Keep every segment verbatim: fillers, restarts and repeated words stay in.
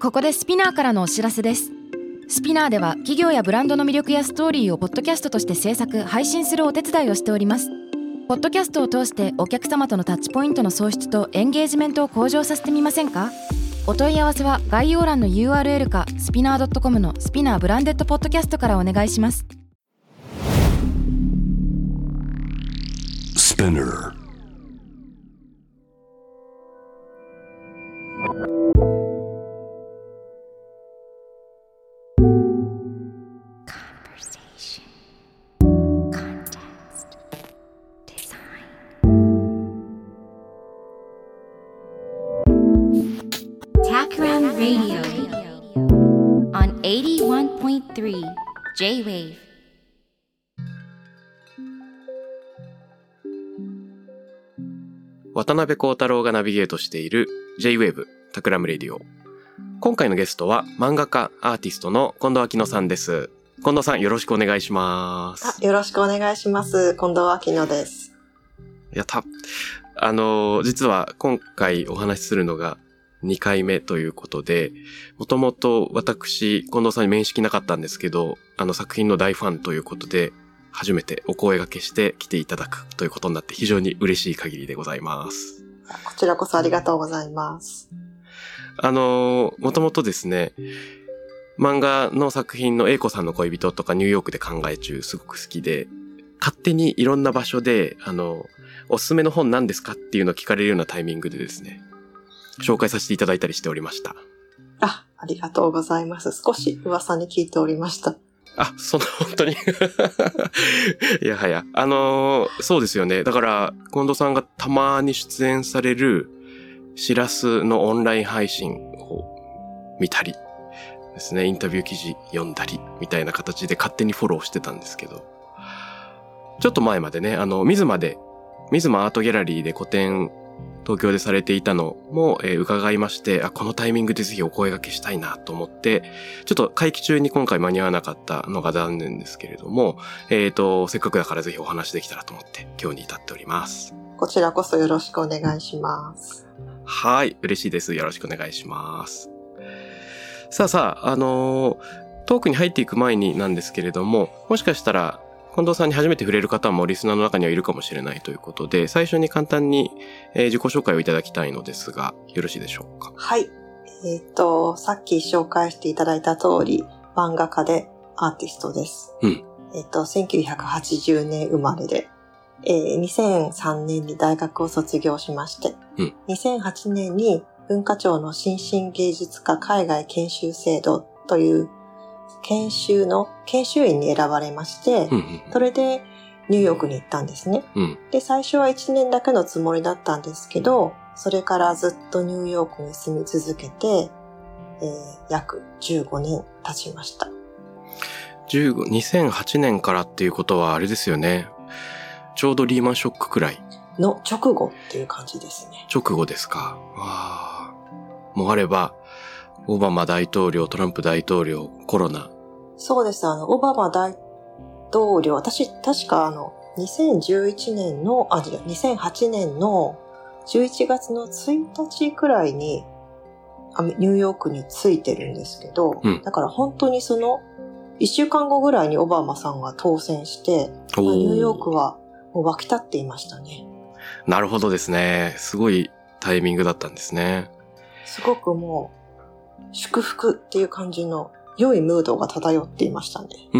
ここでスピナーからのお知らせです。スピナーでは企業やブランドの魅力やストーリーをポッドキャストとして制作・配信するお手伝いをしております。ポッドキャストを通してお客様とのタッチポイントの創出とエンゲージメントを向上させてみませんか？お問い合わせは概要欄の ユーアールエル かスピナー ドットコム のスピナーブランデッドポッドキャストからお願いします。スピナー Radio on エイティワンポイントスリー J-Wave。 渡辺幸太郎がナビゲートしている J-Wave タクラムレディオ。今回のゲストは漫画家アーティストの近藤秋乃さんです。近藤さん、よろしくお願いします。 あ、よろしくお願いします。近藤秋乃です。 やった。あの実は今回お話しするのがにかいめということで、もともと私、近藤さんに面識なかったんですけど、あの作品の大ファンということで、初めてお声掛けして来ていただくということになって非常に嬉しい限りでございます。 こちらこそありがとうございます。 あの、もともとですね、漫画の作品の英子さんの恋人とかニューヨークで考え中すごく好きで、勝手にいろんな場所で、あの、おすすめの本何ですかっていうのを聞かれるようなタイミングでですね、紹介させていただいたりしておりました。 あ、ありがとうございます。少し噂に聞いておりました。 あ、そんな本当にいやはや。あのー、そうですよね。だから、近藤さんがたまに出演される、しらすのオンライン配信を見たりですね、インタビュー記事読んだり、みたいな形で勝手にフォローしてたんですけど、ちょっと前までね、あの、水間で、水間アートギャラリーで個展、東京でされていたのも、えー、伺いまして、あ、このタイミングでぜひお声掛けしたいなと思って、ちょっと会期中に今回間に合わなかったのが残念ですけれども、えっと、せっかくだからぜひお話できたらと思って今日に至っております。 こちらこそよろしくお願いします。 はい、嬉しいです。よろしくお願いします。さあさあ、あのー、トークに入っていく前になんですけれども、もしかしたら、近藤さんに初めて触れる方もリスナーの中にはいるかもしれないということで、最初に簡単に、えー、自己紹介をいただきたいのですが、よろしいでしょうか。 はい。えっと、さっき紹介していただいた通り、漫画家でアーティストです。 うん。 えっと、せんきゅうひゃくはちじゅうねん生まれで、えー、にせんさんねんに大学を卒業しまして、 うん、 にせんはちねんに文化庁の新進芸術家海外研修制度という研修の研修員に選ばれまして、 うんうん、 それでニューヨークに行ったんですね、 うん。で、 最初はいちねんだけのつもりだったんですけど、それからずっとニューヨークに住み続けて、えー、約じゅうごねん経ちました。 じゅうご、にせんはちねんからっていうことはあれですよね。ちょうどリーマンショックくらい。 の直後っていう感じですね。 直後ですか。ああ。もうあれば、オバマ大統領、トランプ大統領、コロナ。 そうです。あの、オバマ大統領、私、確かあの、にせんじゅういちねんの、あ、違う、にせんはちねんのじゅういちがつのついたちくらいに、ニューヨークに着いてるんですけど、うん、だから本当にその、いっしゅうかんごぐらいにオバマさんが当選して、まあ、ニューヨークはもう沸き立っていましたね。 なるほどですね。すごいタイミングだったんですね。 すごくもう、祝福っていう感じの良いムードが漂っていましたね。 うん、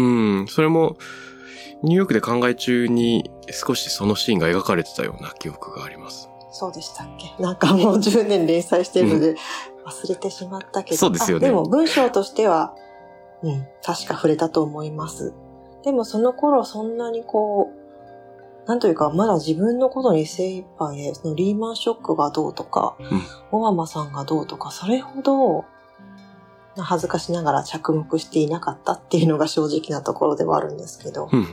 それも、ニューヨークで考え中に少しそのシーンが描かれてたような記憶があります。 そうでしたっけ？なんかもうじゅうねん連載してるので、忘れてしまったけど。 そうですよね。 でも文章としては、うん、確か触れたと思います。でもその頃そんなにこう、なんというかまだ自分のことに精一杯で、そのリーマンショックがどうとか、うん、オバマさんがどうとか、それほど恥ずかしながら着目していなかったっていうのが正直なところではあるんですけど。 うん、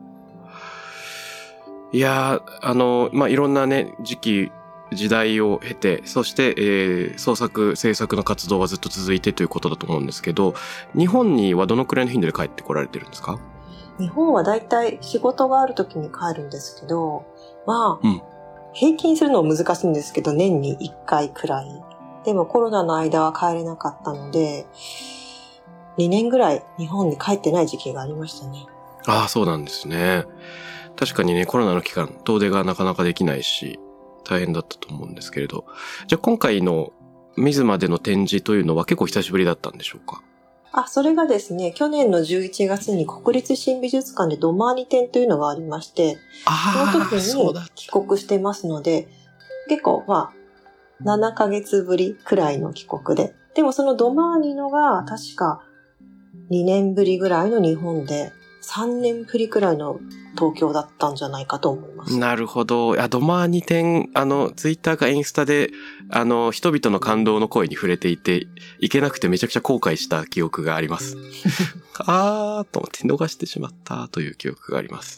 いやー、あの、まあ、いろんなね、時期、時代を経て、そして、えー、創作、制作の活動はずっと続いてということだと思うんですけど、日本にはどのくらいの頻度で帰ってこられてるんですか？ 日本はだいたい仕事がある時に帰るんですけど、まあ、うん、平均するのは難しいんですけど、年にいっかいくらい。 でもコロナの間は帰れなかったので、にねんぐらい日本に帰ってない時期がありましたね。 ああ、そうなんですね。確かにね、コロナの期間、遠出がなかなかできないし、大変だったと思うんですけれど。じゃあ今回の水間での展示というのは結構久しぶりだったんでしょうか？ あ、それがですね、去年のじゅういちがつに国立新美術館でドマーニ展というのがありまして、 あその時に帰国してますので、結構まあ、ななかげつぶりくらいの帰国で。でもそのドマーニのが確かにねんぶりぐらいの日本で、さんねんぶりくらいの東京だったんじゃないかと思います。 なるほど。いや、ドマーニ展、あの、ツイッターかインスタで、あの、人々の感動の声に触れていて、行けなくてめちゃくちゃ後悔した記憶があります。あーと思って逃してしまったという記憶があります。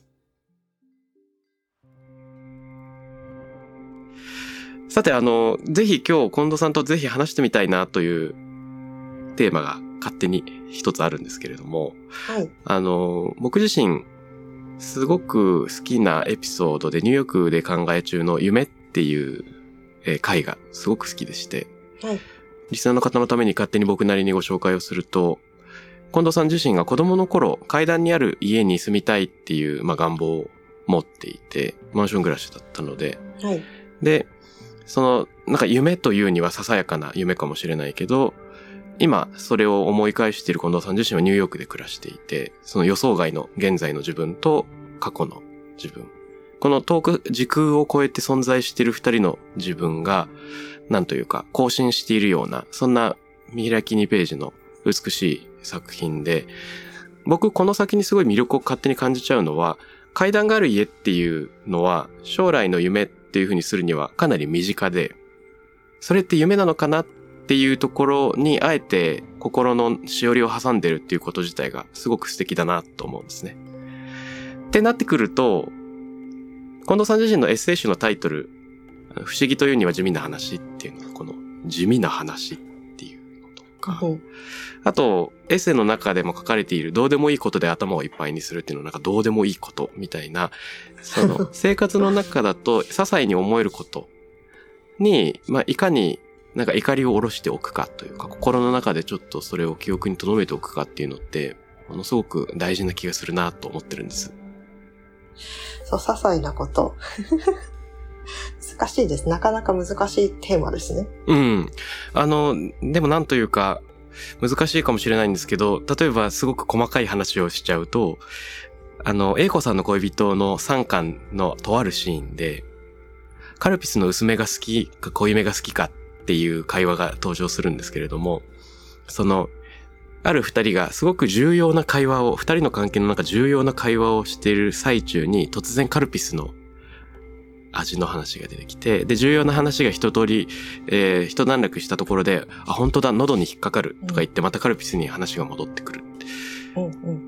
さて、あの、ぜひ今日近藤さんとぜひ話してみたいなというテーマが勝手に一つあるんですけれども、 はい。 あの、僕自身、すごく好きなエピソードでニューヨークで考え中の夢っていう回がすごく好きでして、 はい。 リスナーの方のために勝手に僕なりにご紹介をすると、近藤さん自身が子供の頃、階段にある家に住みたいっていう、まあ、願望を持っていて、マンション暮らしだったので、 はい。 で、その、なんか夢というにはささやかな夢かもしれないけど、今、それを思い返している近藤さん自身はニューヨークで暮らしていて、その予想外の現在の自分と過去の自分。この遠く時空を超えて存在している二人の自分が、なんというか、更新しているような、そんな見開きにページの美しい作品で、僕この先にすごい魅力を勝手に感じちゃうのは、階段がある家っていうのは、将来の夢っていう風にするにはかなり身近で、それって夢なのかなっていうところにあえて心のしおりを挟んでるっていうこと自体がすごく素敵だなと思うんですね。ってなってくると、近藤さん自身のエッセイ集のタイトル、不思議というには地味な話っていうのはこの地味な話っていうのとか、 うん、 あとエッセイの中でも書かれているどうでもいいことで頭をいっぱいにするっていうのはなんかどうでもいいことみたいな、その生活の中だと些細に思えることに、まあいかになんか怒りを下ろしておくかというか、心の中でちょっとそれを記憶に留めておくかっていうのって、ものすごく大事な気がするなと思ってるんです。 そう、些細なこと。難しいです。なかなか難しいテーマですね。 うん。あの、でもなんというか、難しいかもしれないんですけど、例えばすごく細かい話をしちゃうと、あの、英子さんの恋人のさんかんのとあるシーンで、カルピスの薄めが好きか濃いめが好きかっていう会話が登場するんですけれども、その、ある二人がすごく重要な会話を、二人の関係の中重要な会話をしている最中に突然カルピスの味の話が出てきて、で、重要な話が一通り、えー、一段落したところで、あ、本当だ、喉に引っかかるとか言ってまたカルピスに話が戻ってくる。 うんうん、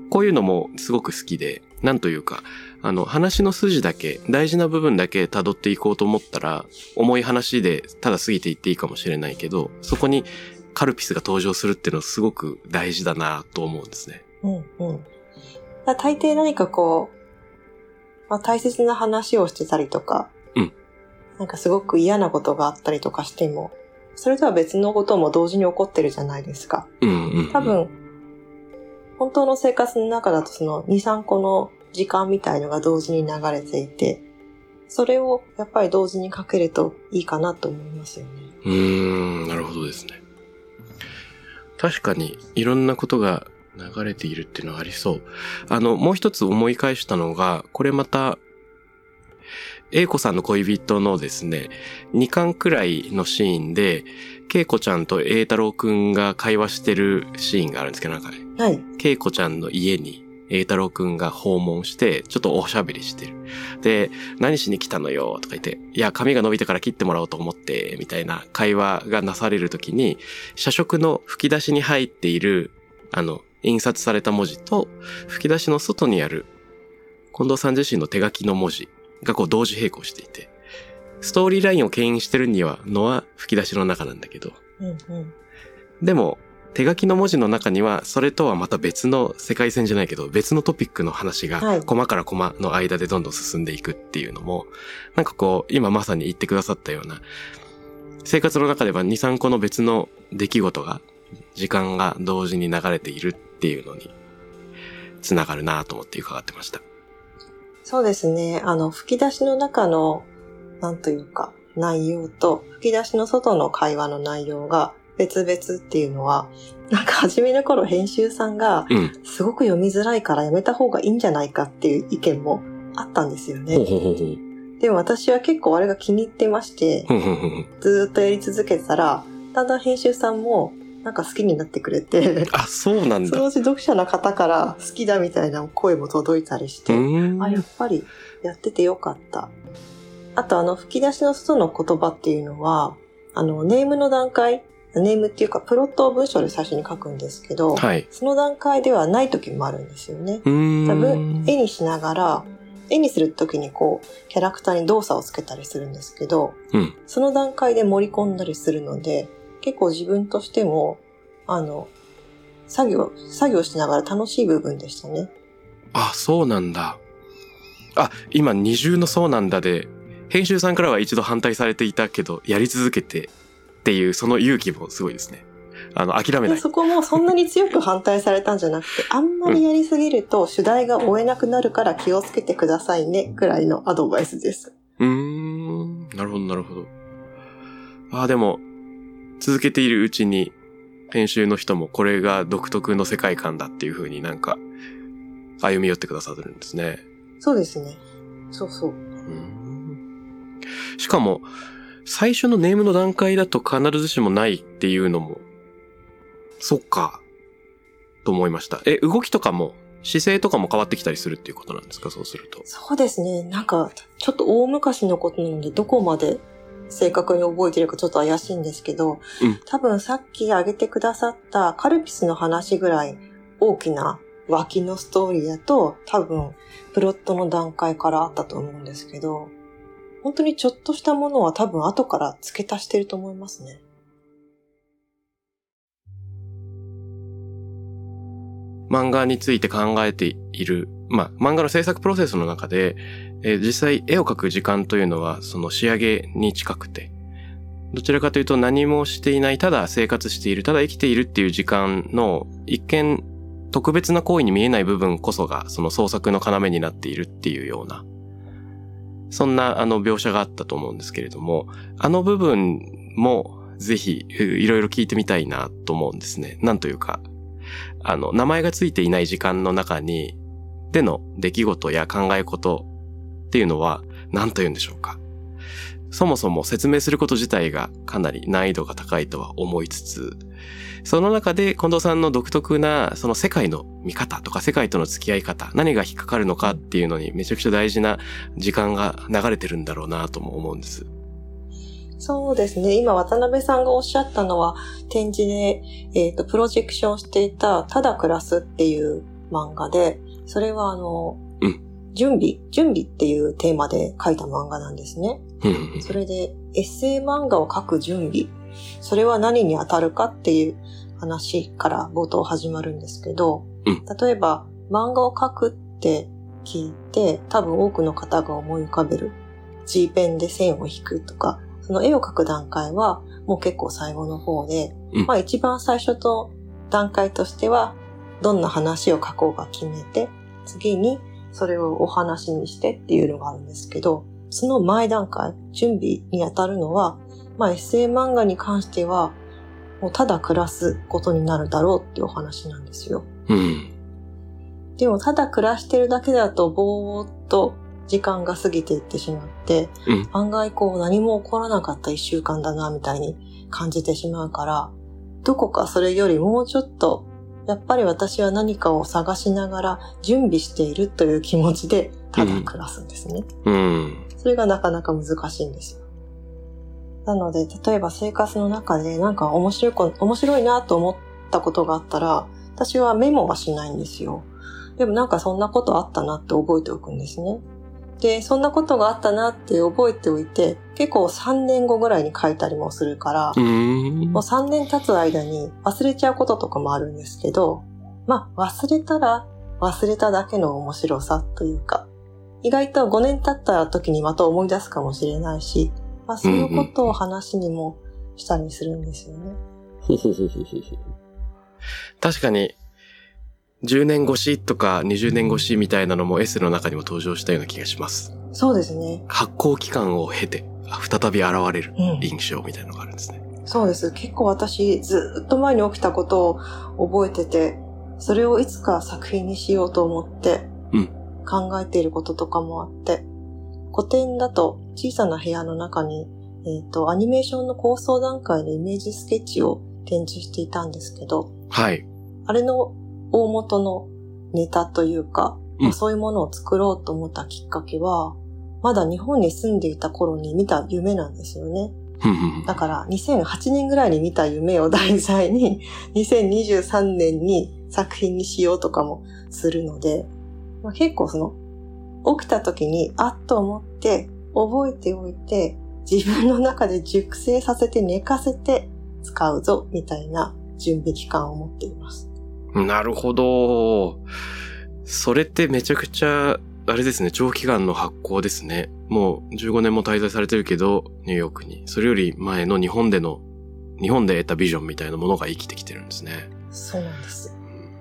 こういうのもすごく好きで、なんというか、あの、話の筋だけ、大事な部分だけ辿っていこうと思ったら、重い話でただ過ぎていっていいかもしれないけど、そこにカルピスが登場するっていうのはすごく大事だなと思うんですね。 うんうん。大抵何かこう、まあ、大切な話をしてたりとか、 うん、 なんかすごく嫌なことがあったりとかしても、それとは別のことも同時に起こってるじゃないですか。 うんうんうん、 多分、本当の生活の中だとそのに、さんこの時間みたいのが同時に流れていて、それをやっぱり同時にかけるといいかなと思いますよね。 うーん、なるほどですね。確かにいろんなことが流れているっていうのはありそう。あの、もう一つ思い返したのが、これまた、英子さんの恋人のですね、にかんくらいのシーンで、恵子ちゃんと栄太郎くんが会話してるシーンがあるんですけど、なんかね、 はい。 恵子ちゃんの家に栄太郎くんが訪問して、ちょっとおしゃべりしてる。で、何しに来たのよとか言って、いや、髪が伸びてから切ってもらおうと思って、みたいな会話がなされるときに、社食の吹き出しに入っている、あの、印刷された文字と、吹き出しの外にある、近藤さん自身の手書きの文字がこう同時並行していて、ストーリーラインを牽引してるにはのは吹き出しの中なんだけど、 うんうん、 でも手書きの文字の中にはそれとはまた別の世界線じゃないけど別のトピックの話がコマからコマの間でどんどん進んでいくっていうのも、なんかこう今まさに言ってくださったような、 生活の中ではに、さんこの別の出来事が、時間が同時に流れているっていうのに、つながるなと思って伺ってました。 そうですね。あの、吹き出しの中の、なんというか、内容と、吹き出しの外の会話の内容が別々っていうのは、なんか初めの頃編集さんが、すごく読みづらいからやめた方がいいんじゃないかっていう意見もあったんですよね。 ほうほうほうほう。 でも私は結構あれが気に入ってまして、ずーっとやり続けてたら、だんだん編集さんもなんか好きになってくれて、 あ、そうなんだ。 そのうち読者の方から好きだみたいな声も届いたりして、あ、やっぱりやっててよかった。あとあの吹き出しの外の言葉っていうのは、あのネームの段階、ネームっていうかプロットを文章で最初に書くんですけど、はい、その段階ではない時もあるんですよね。多分絵にしながら、絵にするときにこう、キャラクターに動作をつけたりするんですけど、うん、その段階で盛り込んだりするので、結構自分としても、あの、作業、作業しながら楽しい部分でしたね。 あ、そうなんだ。あ、今二重のそうなんだで、編集さんからは一度反対されていたけど、やり続けてっていう、その勇気もすごいですね。あの、諦めない。 そこもそんなに強く反対されたんじゃなくて、あんまりやりすぎると主題が追えなくなるから気をつけてくださいね、くらいのアドバイスです。 うーん、なるほど、なるほど。ああ、でも、続けているうちに、編集の人もこれが独特の世界観だっていう風になんか、歩み寄ってくださるんですね。 そうですね。そうそう。うーん、しかも、最初のネームの段階だと必ずしもないっていうのも、そっか、と思いました。え、動きとかも、姿勢とかも変わってきたりするっていうことなんですか、そうすると。 そうですね。なんか、ちょっと大昔のことなので、どこまで正確に覚えてるかちょっと怪しいんですけど、うん、多分さっき挙げてくださったカルピスの話ぐらい大きな脇のストーリーだと、多分、プロットの段階からあったと思うんですけど、本当にちょっとしたものは多分後から付け足してると思いますね。 漫画について考えている、まあ、漫画の制作プロセスの中で、えー、実際絵を描く時間というのはその仕上げに近くて、どちらかというと何もしていない、ただ生活している、ただ生きているっていう時間の一見特別な行為に見えない部分こそがその創作の要になっているっていうような、そんなあの描写があったと思うんですけれども、あの部分もぜひいろいろ聞いてみたいなと思うんですね。なんというか、あの、名前がついていない時間の中に、での出来事や考え事っていうのは、何と言うんでしょうか。そもそも説明すること自体がかなり難易度が高いとは思いつつ、その中で近藤さんの独特なその世界の見方とか世界との付き合い方、何が引っかかるのかっていうのにめちゃくちゃ大事な時間が流れてるんだろうなとも思うんです。 そうですね。今渡辺さんがおっしゃったのは展示で、えっと、プロジェクションしていたただ暮らすっていう漫画で、それはあの、うん、準備、準備っていうテーマで書いた漫画なんですね。それでエッセイ漫画を書く準備、それは何に当たるかっていう話から冒頭始まるんですけど、うん、例えば漫画を書くって聞いて多分多くの方が思い浮かべる G ペンで線を引くとか、その絵を描く段階はもう結構最後の方で、うん、まあ一番最初の段階としてはどんな話を書こうか決めて、次にそれをお話にしてっていうのがあるんですけど、その前段階、準備にあたるのは、まあエッセイ漫画に関してはもうただ暮らすことになるだろうっていうお話なんですよ。うん、でもただ暮らしてるだけだとぼーっと時間が過ぎていってしまって、うん、案外こう何も起こらなかった一週間だなみたいに感じてしまうから、どこかそれよりもうちょっとやっぱり私は何かを探しながら準備しているという気持ちでただ暮らすんですね。うんうん、それがなかなか難しいんですよ。なので例えば生活の中でなんか面白いこ、面白いなと思ったことがあったら、私はメモはしないんですよ。でもなんかそんなことあったなって覚えておくんですね。で、そんなことがあったなって覚えておいて、結構さんねんごぐらいに書いたりもするから、うーんもうさんねん経つ間に忘れちゃうこととかもあるんですけど、まあ忘れたら忘れただけの面白さというか、意外とごねん経った時にまた思い出すかもしれないし、まあそういうことを話にもしたりするんですよね。 ほほほほほほ。確かに、じゅうねん越しとかにじゅうねん越しみたいなのもエッセイの中にも登場したような気がします。 そうですね。 発行期間を経て、再び現れる印象みたいなのがあるんですね。 うん、そうです。結構私、ずっと前に起きたことを覚えてて、それをいつか作品にしようと思って考えていることとかもあって、古典だと小さな部屋の中に、えっと、アニメーションの構想段階のイメージスケッチを展示していたんですけど、 はい。 あれの大元のネタというか、うん、そういうものを作ろうと思ったきっかけは、まだ日本に住んでいた頃に見た夢なんですよね。だからにせんはちねんぐらいに見た夢を題材ににせんにじゅうさんねんに作品にしようとかもするので、まあ、結構その起きた時にあっと思って覚えておいて自分の中で熟成させて寝かせて使うぞみたいな準備期間を持っています。 なるほど。それってめちゃくちゃあれですね、長期間の発行ですね。もうじゅうごねんも滞在されてるけど、ニューヨークに。それより前の日本での、日本で得たビジョンみたいなものが生きてきてるんですね。 そうなんです。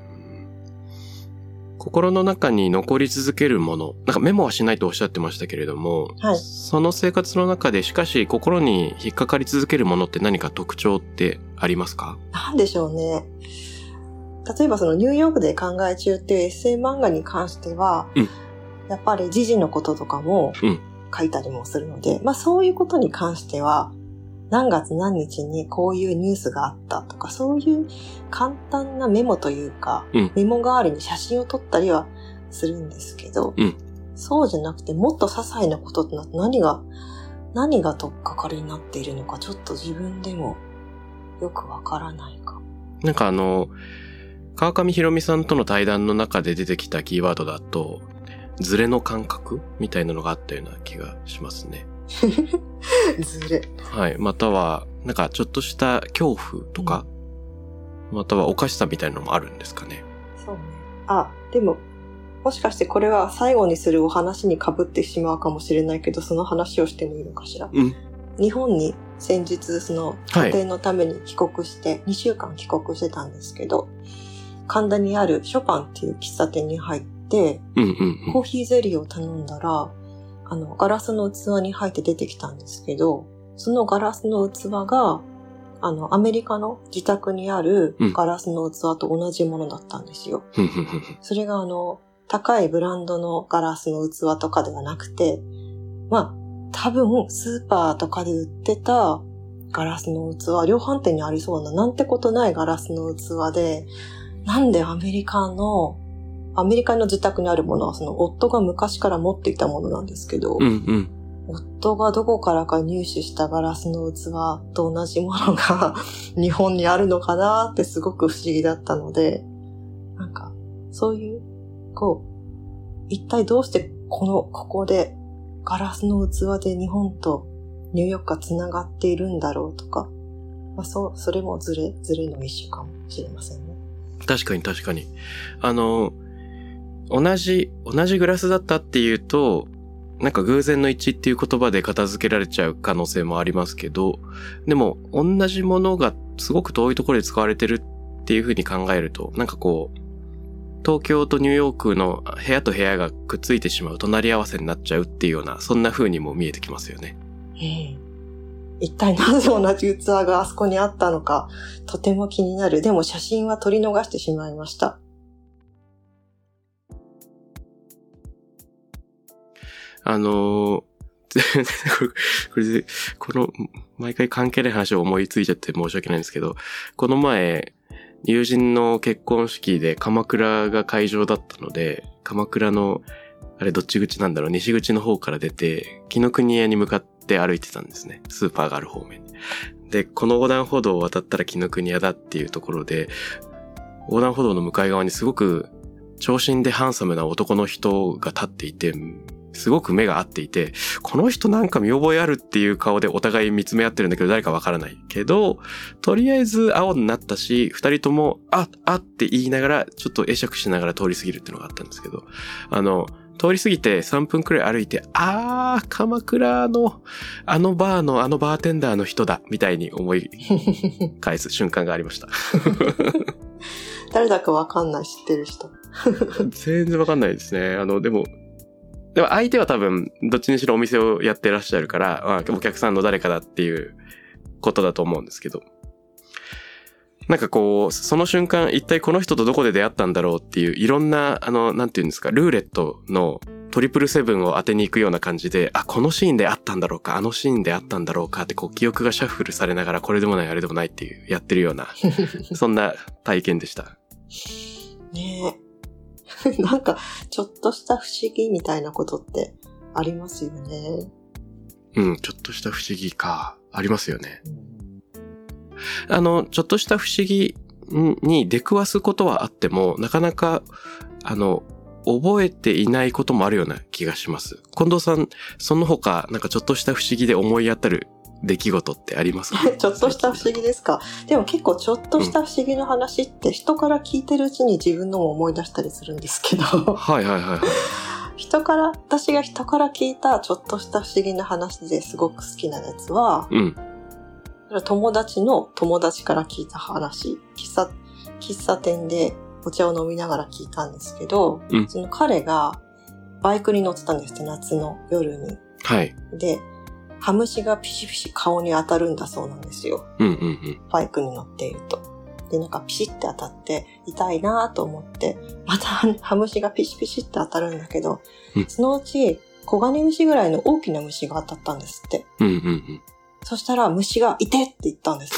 心の中に残り続けるもの、なんかメモはしないとおっしゃってましたけれども、はい、その生活の中でしかし心に引っかかり続けるものって何か特徴ってありますか？ なんでしょうね。例えばそのニューヨークで考え中っていうエッセイ漫画に関しては、うん、やっぱり時事のこととかも書いたりもするので、うん、まあそういうことに関しては何月何日にこういうニュースがあったとか、そういう簡単なメモというか、うん、メモ代わりに写真を撮ったりはするんですけど、うん、そうじゃなくてもっと些細なことって何が何が取っかかりになっているのかちょっと自分でもよくわからないか。 なんかあの川上弘美さんとの対談の中で出てきたキーワードだと、ズレの感覚みたいなのがあったような気がしますね。 ズレ。 はい。または、なんかちょっとした恐怖とか、うん、またはおかしさみたいなのもあるんですかね。 そうね。あ、でも、もしかしてこれは最後にするお話に被ってしまうかもしれないけど、その話をしてもいいのかしら。うん。日本に先日、その、個展のために帰国して、はい、にしゅうかん帰国してたんですけど、神田にあるショパンっていう喫茶店に入って、うんうんうん、コーヒーゼリーを頼んだら、あの、ガラスの器に入って出てきたんですけど、そのガラスの器が、あの、アメリカの自宅にあるガラスの器と同じものだったんですよ。うん、それがあの、高いブランドのガラスの器とかではなくて、まあ、多分スーパーとかで売ってたガラスの器、量販店にありそうななんてことないガラスの器で、なんでアメリカの、アメリカの自宅にあるものはその夫が昔から持っていたものなんですけど、うんうん、夫がどこからか入手したガラスの器と同じものが日本にあるのかなってすごく不思議だったので、なんかそういう、こう、一体どうしてこの、ここでガラスの器で日本とニューヨークがつながっているんだろうとか、まあそう、それもズレ、ズレの一種かもしれませんね。 確かに確かに。あの、同じ、同じグラスだったっていうと、なんか偶然の一致っていう言葉で片付けられちゃう可能性もありますけど、でも同じものがすごく遠いところで使われてるっていう風に考えると、なんかこう、東京とニューヨークの部屋と部屋がくっついてしまう、隣り合わせになっちゃうっていうような、そんな風にも見えてきますよね。 うん一体なぜ同じ器があそこにあったのか、とても気になる。でも写真は撮り逃してしまいました。 あのー、これで、この、毎回関係ない話を思いついちゃって申し訳ないんですけど、この前、友人の結婚式で鎌倉が会場だったので、鎌倉の、あれどっち口なんだろう、西口の方から出て、紀ノ国屋に向かって歩いてたんですね。スーパーがある方面に。で、この横断歩道を渡ったら紀ノ国屋だっていうところで、横断歩道の向かい側にすごく長身でハンサムな男の人が立っていて、すごく目が合っていて、この人なんか見覚えあるっていう顔でお互い見つめ合ってるんだけど誰かわからないけど、とりあえず青になったし、二人ともあ、あって言いながらちょっと会釈しながら通り過ぎるっていうのがあったんですけど、あの、 通り過ぎてさんぷんくらい歩いて、あー、鎌倉のあのバーのあのバーテンダーの人だ、みたいに思い返す瞬間がありました。 誰だかわかんない、知ってる人。 全然わかんないですね。あの、でも、でも相手は多分、どっちにしろお店をやってらっしゃるから、まあ、お客さんの誰かだっていうことだと思うんですけど。なんかこう、その瞬間、一体この人とどこで出会ったんだろうっていう、いろんな、あの、なんていうんですか、ルーレットのトリプルセブンを当てに行くような感じで、あ、このシーンであったんだろうか、あのシーンであったんだろうかって、こう、記憶がシャッフルされながら、これでもない、あれでもないっていう、やってるような、そんな体験でした。 ねえ。なんか、ちょっとした不思議みたいなことってありますよね。 うん、ちょっとした不思議か、ありますよね。あの、ちょっとした不思議に出くわすことはあっても、なかなか、あの、覚えていないこともあるような気がします。近藤さん、その他、なんかちょっとした不思議で思い当たる出来事ってありますか？ ちょっとした不思議ですか？でも結構ちょっとした不思議の話って人から聞いてるうちに自分のも思い出したりするんですけど。 はいはいはいはい。 人から、私が人から聞いたちょっとした不思議な話ですごく好きなやつは、 うん。 友達の友達から聞いた話、喫茶、喫茶店でお茶を飲みながら聞いたんですけど、うん、その彼がバイクに乗ってたんですって、夏の夜に。 はい。 で、ハムシがピシピシ顔に当たるんだそうなんですよ。 うんうんうん。 バイクに乗っていると。で、なんかピシって当たって痛いなと思って、またハムシがピシピシって当たるんだけど、うん、そのうちコガネムシぐらいの大きな虫が当たったんですって。 うんうんうん。 そしたら虫がいてって言ったんです。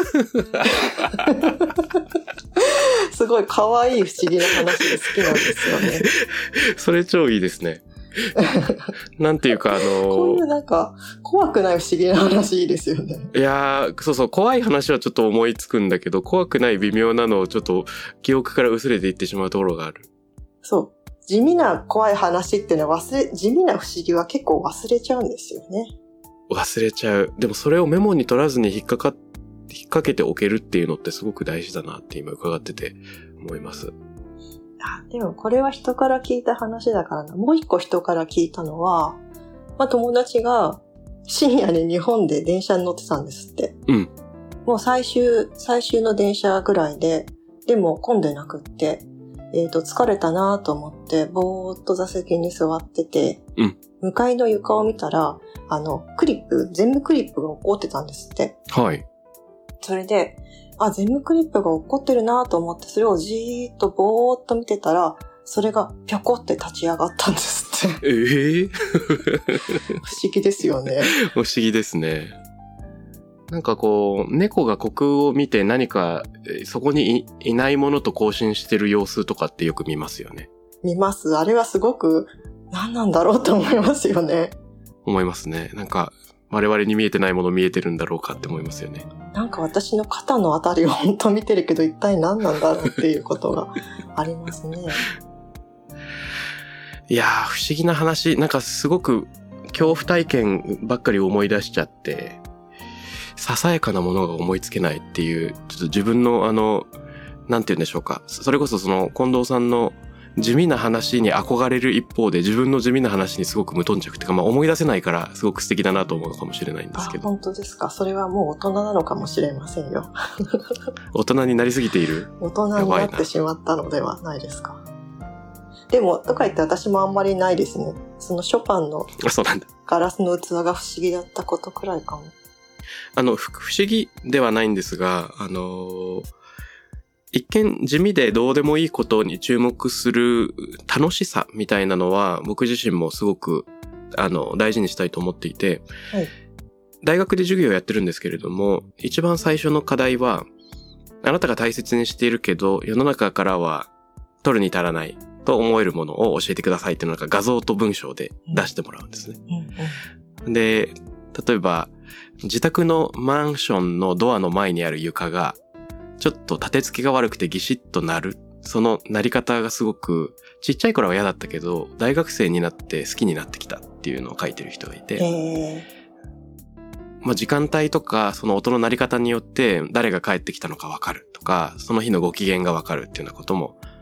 すごい可愛い不思議な話で好きなんですよね。 それ超いいですね。なんていうかあのー、 こういうなんか怖くない不思議な話いいですよね。 いやー、そうそう、怖い話はちょっと思いつくんだけど、怖くない微妙なのをちょっと記憶から薄れていってしまうところがある。 そう。地味な怖い話っていうのは忘れ、地味な不思議は結構忘れちゃうんですよね。 忘れちゃう。でもそれをメモに取らずに引っかかっ、引っ掛けておけるっていうのってすごく大事だなって今伺ってて思います。 あ、でもこれは人から聞いた話だからな。もう一個人から聞いたのは、まあ友達が深夜に日本で電車に乗ってたんですって。 うん。 もう最終、最終の電車ぐらいで、でも混んでなくって、えっと、疲れたなと思って、ぼーっと座席に座ってて、 うん。 向かいの床を見たら、あの、クリップ、全部クリップが落っこってたんですって。 はい。 それで、あ、全部クリップが落っこってるなと思って、それをじーっとぼーっと見てたら、それがぴょこって立ち上がったんですって。 ええー、 不思議ですよね。 不思議ですね。なんかこう、猫が虚空を見て何か、そこに い, いないものと交信してる様子とかってよく見ますよね。 見ます。あれはすごく、何なんだろうと思いますよね。 思いますね。なんか、我々に見えてないもの見えてるんだろうかって思いますよね。 なんか私の肩のあたりを本当見てるけど、一体何なんだろうっていうことがありますね。 いやー、不思議な話。なんかすごく恐怖体験ばっかり思い出しちゃって、ささやかなものが思いつけないっていう、ちょっと自分のあの、なんて言うんでしょうか。それこそその近藤さんの地味な話に憧れる一方で自分の地味な話にすごく無頓着っていうか、まあ思い出せないからすごく素敵だなと思うのかもしれないんですけど。 あ、本当ですか。それはもう大人なのかもしれませんよ。 大人になりすぎている。 大人になってしまったのではないですか。でも、とか言って私もあんまりないですね。そのショパンのガラスの器が不思議だったことくらいかも。 あの、不思議ではないんですが、あのー、一見地味でどうでもいいことに注目する楽しさみたいなのは僕自身もすごくあの大事にしたいと思っていて、はい、大学で授業をやってるんですけれども、一番最初の課題はあなたが大切にしているけど世の中からは取るに足らないと思えるものを教えてくださいっていうのが画像と文章で出してもらうんですね。うんうん、で、例えば自宅のマンションのドアの前にある床がちょっと立て付けが悪くてギシッとなる。そのなり方がすごく、ちっちゃい頃は嫌だったけど、大学生になって好きになってきたっていうのを書いてる人がいて。 へー。まあ、時間帯とか、その音の鳴り方によって誰が帰ってきたのかわかるとか、その日のご機嫌がわかるっていうようなことも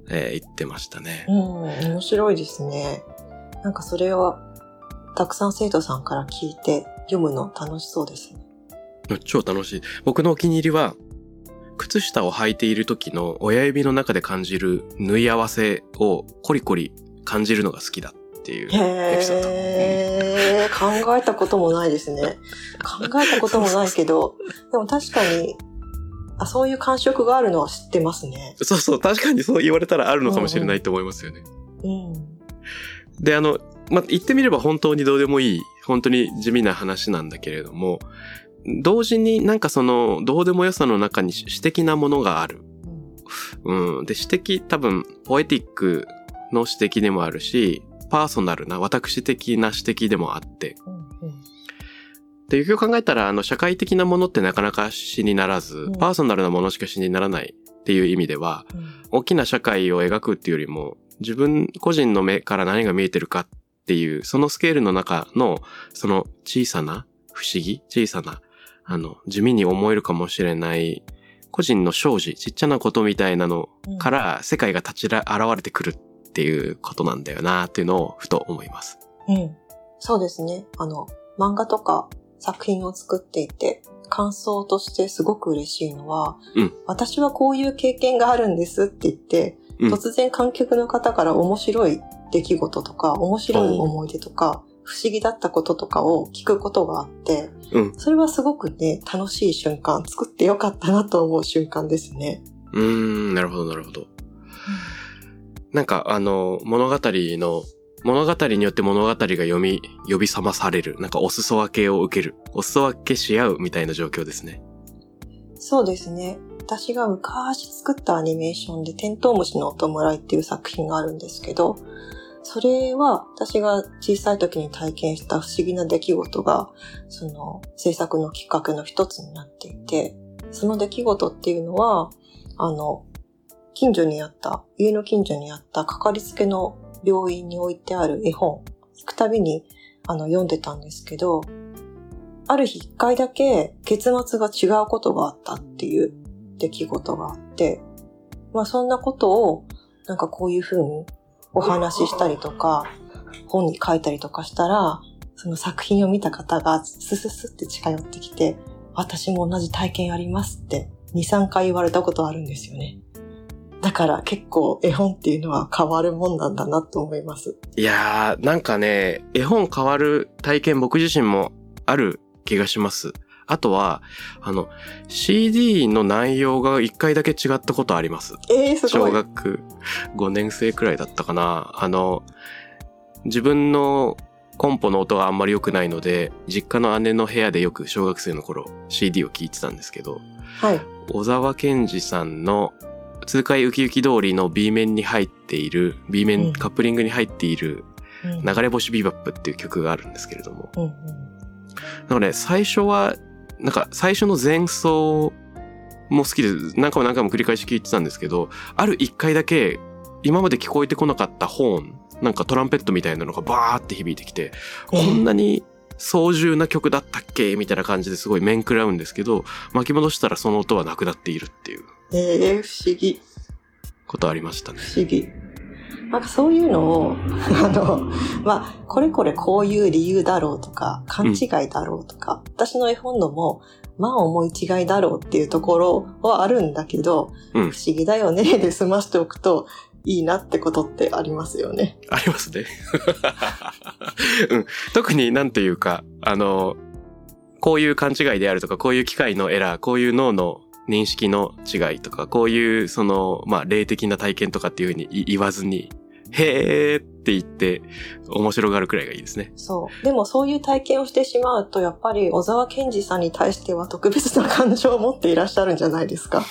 えー、言ってましたね。 うん、面白いですね。なんかそれはたくさん生徒さんから聞いて読むの楽しそうですね。 超楽しい。僕のお気に入りは、靴下を履いている時の親指の中で感じる縫い合わせをコリコリ感じるのが好きだっていうエピソード。 へー、考えたこともないですね。考えたこともないけど、でも確かに、あ、そういう感触があるのは知ってますね。 そうそう、確かにそう言われたらあるのかもしれないと思いますよね。 うん、うん。 で、あの、ま、言ってみれば本当にどうでもいい、本当に地味な話なんだけれども、同時になんかその、どうでもよさの中に詩的なものがある。うん。で、詩的、多分、ポエティックの詩的でもあるし、パーソナルな、私的な詩的でもあって。 うんうん、 で、よくよく考えたら、あの、社会的なものってなかなか詩にならず、 うん、 パーソナルなものしか詩にならないっていう意味では、うん、大きな社会を描くっていうよりも、自分個人の目から何が見えてるかっていう、そのスケールの中の、その小さな不思議、小さな、あの、地味に思えるかもしれない、個人の生じ、ちっちゃなことみたいなのから世界が立ち現れてくるっていうことなんだよなっていうのをふと思います。 うん。そうですね。あの、漫画とか作品を作っていて、感想としてすごく嬉しいのは、うん、私はこういう経験があるんですって言って、うん、突然観客の方から面白い出来事とか、面白い思い出とか、不思議だったこととかを聞くことがあって、うん、それはすごくね、楽しい瞬間、作ってよかったなと思う瞬間ですね。 うーん、なるほど、なるほど。うん、なんか、あの、物語の、物語によって物語が読み、呼び覚まされる。なんか、お裾分けを受ける。お裾分けし合うみたいな状況ですね。 そうですね。私が昔作ったアニメーションで、テントウムシのお弔いっていう作品があるんですけど、それは私が小さい時に体験した不思議な出来事が、その制作のきっかけの一つになっていて、その出来事っていうのは、あの、近所にあった、家の近所にあったかかりつけの病院に置いてある絵本、行くたびにあの読んでたんですけど、ある日一回だけ結末が違うことがあったっていう出来事があって、まあそんなことをなんかこういう風にお話ししたりとか、本に書いたりとかしたら、その作品を見た方がスススって近寄ってきて、私も同じ体験ありますってに、さんかい言われたことあるんですよね。だから結構絵本っていうのは変わるもんなんだなと思います。 いやー、なんかね、絵本変わる体験僕自身もある気がします。あとは、あの、シーディー の内容が一回だけ違ったことあります。 えー、すごい。 小学ごねん生くらいだったかな。あの、自分のコンポの音があんまり良くないので、実家の姉の部屋でよく小学生の頃 シーディー を聴いてたんですけど、 はい。 小沢健二さんの痛快ウキウキ通りの B 面に入っている、B 面、うん、カップリングに入っている、流れ星ビバップっていう曲があるんですけれども、うんうん、なんかね、最初は、なんか最初の前奏も好きで何回も何回も繰り返し聞いてたんですけど、ある一回だけ今まで聞こえてこなかったホーン、なんかトランペットみたいなのがバーって響いてきて、こんなに操縦な曲だったっけみたいな感じですごい面食らうんですけど、巻き戻したらその音はなくなっているっていう。 えー、不思議。 ことありましたね。 不思議。なんかそういうのを、あの、まあ、これこれこういう理由だろうとか、勘違いだろうとか、うん、私の絵本のも、まあ思い違いだろうっていうところはあるんだけど、うん、不思議だよねで済ましておくといいなってことってありますよね。 ありますね。うん。特になんていうか、あの、こういう勘違いであるとか、こういう機械のエラー、こういう脳の認識の違いとか、こういうその、まあ、霊的な体験とかっていうふうに言わずに、へーって言って面白がるくらいがいいですね。 そう。でもそういう体験をしてしまうと、やっぱり小沢健二さんに対しては特別な感情を持っていらっしゃるんじゃないですか。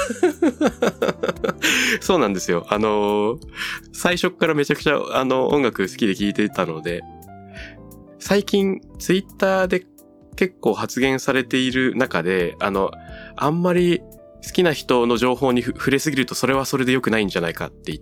そうなんですよ。あの、最初からめちゃくちゃあの音楽好きで聴いてたので、最近ツイッターで結構発言されている中で、あの、あんまり好きな人の情報に触れすぎるとそれはそれで良くないんじゃないかって言って、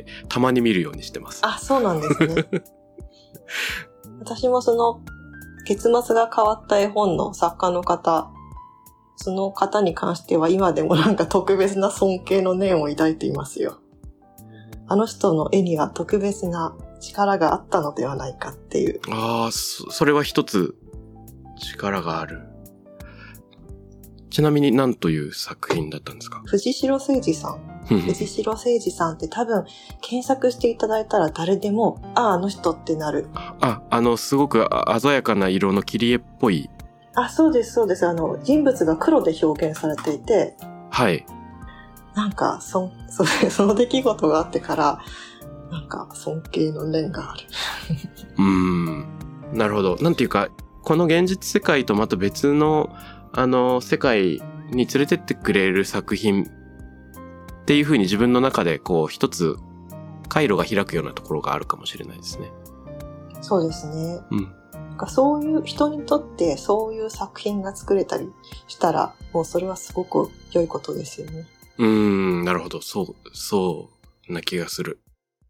たまに見るようにしてます。 あ、そうなんですね。私もその、結末が変わった絵本の作家の方、その方に関しては今でもなんか特別な尊敬の念を抱いていますよ。 あの人の絵には特別な力があったのではないかっていう。 ああ、そ、それは一つ力がある。ちなみに何という作品だったんですか？ 藤代誠二さん。藤代誠二さんって多分検索していただいたら誰でも、ああ、あの人ってなる。 あ、あの、すごく鮮やかな色の切り絵っぽい。 あ、そうです、そうです。あの、人物が黒で表現されていて。 はい。 なんか、そ、それ、その出来事があってから、なんか、尊敬の念がある。 うーん。なるほど。なんていうか、この現実世界とまた別の、あの、世界に連れてってくれる作品っていう風に自分の中で、こう、一つ、回路が開くようなところがあるかもしれないですね。 そうですね。 うん。 なんかそういう人にとってそういう作品が作れたりしたら、もうそれはすごく良いことですよね。 うーん、なるほど。そう、そうな気がする。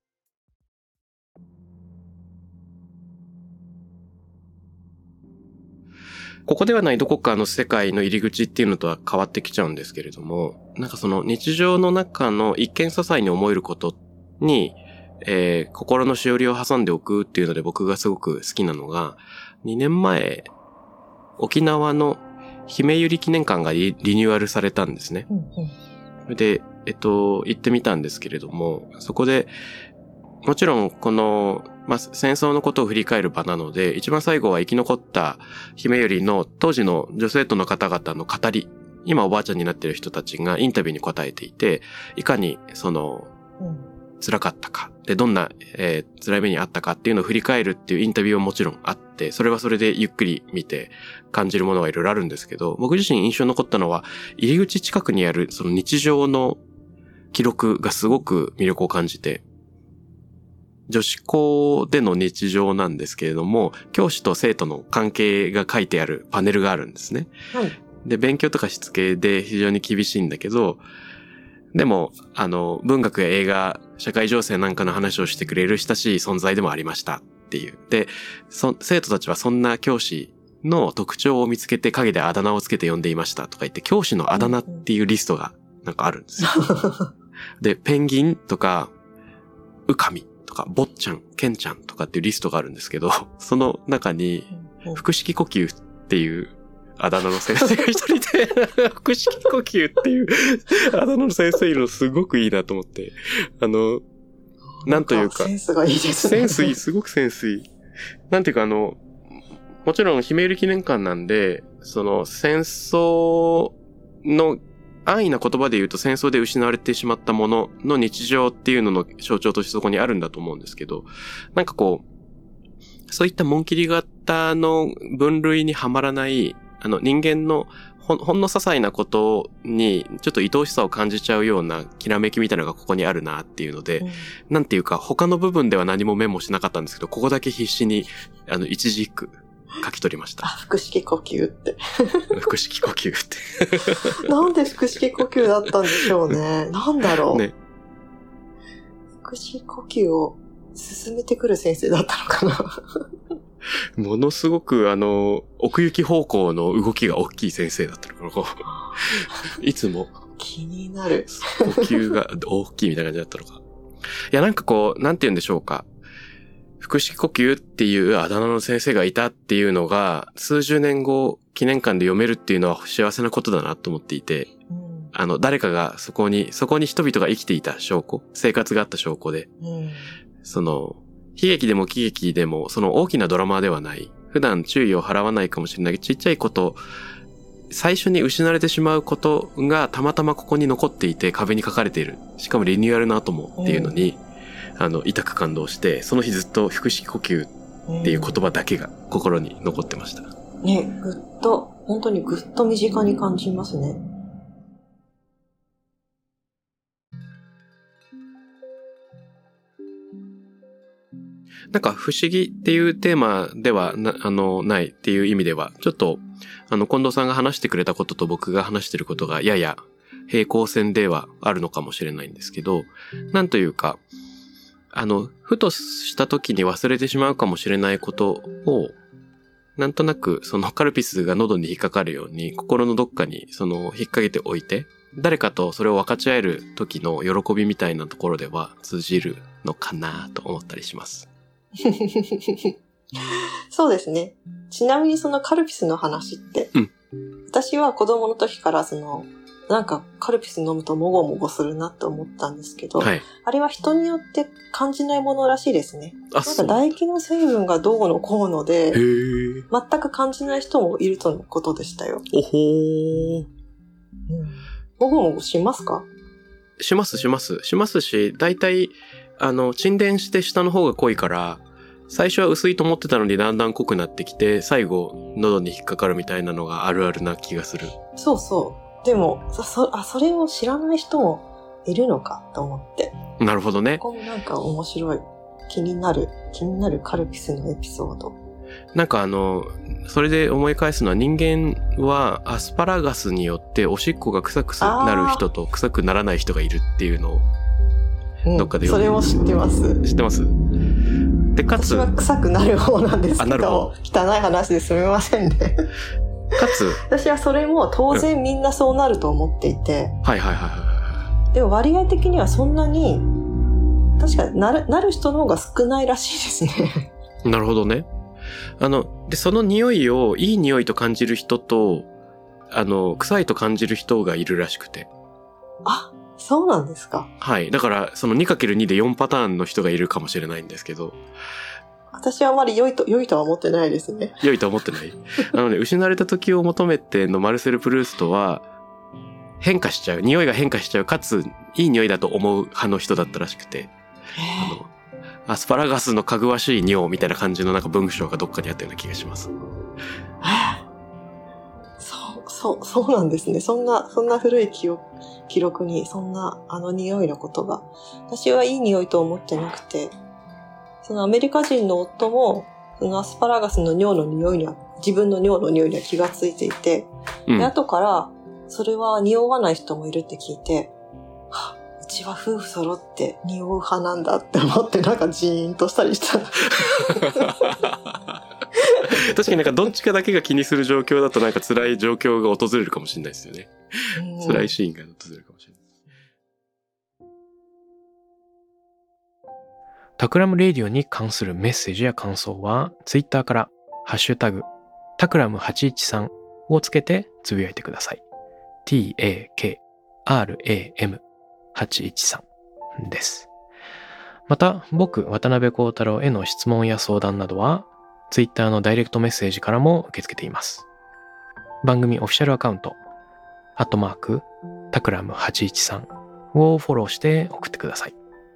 ここではないどこかの世界の入り口っていうのとは変わってきちゃうんですけれども、なんかその日常の中の一見些細に思えることに、えー、心のしおりを挟んでおくっていうので僕がすごく好きなのが、にねんまえ、沖縄の姫百合記念館がリ、リニューアルされたんですね。 うんうん、 で、えっと、行ってみたんですけれども、そこで、もちろんこの、まあ、戦争のことを振り返る場なので、一番最後は生き残った姫百合の当時の女生徒の方々の語り、今おばあちゃんになっている人たちがインタビューに答えていて、いかにその、辛かったか、で、どんな、えー、辛い目にあったかっていうのを振り返るっていうインタビューはもちろんあって、それはそれでゆっくり見て感じるものがいろいろあるんですけど、僕自身印象に残ったのは、入り口近くにあるその日常の記録がすごく魅力を感じて、女子校での日常なんですけれども、教師と生徒の関係が書いてあるパネルがあるんですね。 はい。 で、勉強とかしつけで非常に厳しいんだけど、でも、あの、文学や映画、社会情勢なんかの話をしてくれる親しい存在でもありましたっていう。で、そ生徒たちはそんな教師の特徴を見つけて陰であだ名をつけて呼んでいましたとか言って、教師のあだ名っていうリストがなんかあるんですよ。で、ペンギンとか、ウカミとか、坊ちゃん、ケンちゃんとかっていうリストがあるんですけど、その中に、腹式呼吸っていうあだ名の先生が一人いて、腹式呼吸っていうあだ名の先生いるのすごくいいなと思って、あの、なんというか、 センスがいいですね。 センスいい、すごくセンスいい。なんていうかあの、もちろん姫百合記念館なんで、その戦争の安易な言葉で言うと戦争で失われてしまったものの日常っていうのの象徴としてそこにあるんだと思うんですけど、なんかこう、そういった紋切り型の分類にはまらない、あの人間のほん、ほんの些細なことにちょっと愛おしさを感じちゃうようなきらめきみたいなのがここにあるなっていうので、うん、なんていうか他の部分では何もメモしなかったんですけど、ここだけ必死にあの一字一句書き取りました。 あ、腹式呼吸って。 腹式呼吸って。 なんで腹式呼吸だったんでしょうね。なんだろう。ね。腹式呼吸を進めてくる先生だったのかな。 ものすごくあの、奥行き方向の動きが大きい先生だったのかな。いつも。 気になる。 呼吸が大きいみたいな感じだったのか。いやなんかこう、なんて言うんでしょうか。腹式呼吸っていうあだ名の先生がいたっていうのが、数十年後記念館で読めるっていうのは幸せなことだなと思っていて、うん、あの、誰かがそこに、そこに人々が生きていた証拠、生活があった証拠で、うん、その、悲劇でも喜劇でも、その大きなドラマではない。普段注意を払わないかもしれない。ちっちゃいこと、最初に失われてしまうことがたまたまここに残っていて壁に書かれている。しかもリニューアルの後もっていうのに、うん、あの、痛く感動して、その日ずっと腹式呼吸っていう言葉だけが心に残ってました。 うん、ね、ぐっと、本当にぐっと身近に感じますね。 なんか不思議っていうテーマではな、あの、ないっていう意味では、ちょっと、あの、近藤さんが話してくれたことと僕が話してることがやや平行線ではあるのかもしれないんですけど、なんというか、あの、ふとした時に忘れてしまうかもしれないことを、なんとなくそのカルピスが喉に引っかかるように心のどっかにその引っ掛けておいて、 誰かとそれを分かち合える時の喜びみたいなところでは通じるのかなと思ったりします。 そうですね。ちなみにそのカルピスの話って、 うん、 私は子供の時からそのなんかカルピス飲むともごもごするなと思ったんですけど、 はい、 あれは人によって感じないものらしいですね。 あ、 なんか唾液の成分がどうのこうので、 へー、 全く感じない人もいるとのことでしたよ。 おほー、 うん、もごもごしますか？ しますしますしますし、だいたいあの沈殿して下の方が濃いから、最初は薄いと思ってたのにだんだん濃くなってきて、最後喉に引っかかるみたいなのがあるあるな気がする。 そうそう。でもそそあそれを知らない人もいるのかと思って。 なるほどね。 ここもなんか面白い、気になる気になるカルピスのエピソード。 なんかあのそれで思い返すのは、人間はアスパラガスによっておしっこが臭くなる人と臭くならない人がいるっていうのをどっかで読んで、うん、それも知ってます。 知ってます。でかつ私は臭くなる方なんですけど、汚い話ですみませんね。 かつ私はそれも当然みんなそうなると思っていて、 うん、はいはいはいはい。 でも割合的にはそんなに確かになる、なる人の方が少ないらしいですね。 なるほどね。あのでその匂いをいい匂いと感じる人と、あの臭いと感じる人がいるらしくて。 あ、そうなんですか。 はい。だからその にかけるに でよんパターンの人がいるかもしれないんですけど、 私はあまり良いと良いとは思ってないですね。 良いとは思ってない。あのね、失われた時を求めてのマルセル・プルーストは変化しちゃう、匂いが変化しちゃう、かついい匂いだと思う派の人だったらしくて、あのアスパラガスのかぐわしい匂いみたいな感じのなんか文章がどっかにあったような気がします。 そうそうそうなんですね。そんなそんな古い記憶記録にそんなあの匂いのことが、私はいい匂いと思ってなくて、そのアメリカ人の夫もそのアスパラガスの尿の匂いには、自分の尿の匂いには気がついていて、うん、で後からそれは匂わない人もいるって聞いて、はあ、うちは夫婦揃って匂う派なんだって思って、なんかジーンとしたりした。 確かになんかどっちかだけが気にする状況だとなんか辛い状況が訪れるかもしれないですよね。辛いシーンが訪れるかもしれない。タクラムレディオに関するメッセージや感想はツイッターからハッシュタグタクラムはちいちさんをつけてつぶやいてください。 タクラムはちいちさん です。また僕渡辺幸太郎への質問や相談などはツイッターのダイレクトメッセージからも受け付けています。番組オフィシャルアカウントアットマークタクラムはちいちさんをフォローして送ってください。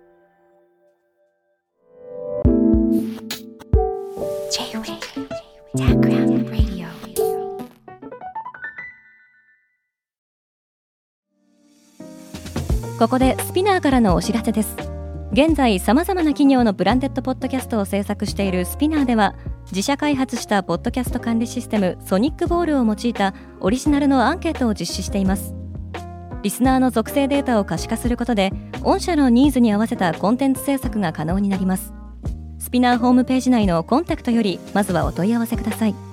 ここでスピナーからのお知らせです。現在さまざまな企業のブランデッドポッドキャストを制作しているスピナーでは、自社開発したポッドキャスト管理システムソニックボールを用いたオリジナルのアンケートを実施しています。リスナーの属性データを可視化することで、御社のニーズに合わせたコンテンツ制作が可能になります。スピナーホームページ内のコンタクトよりまずはお問い合わせください。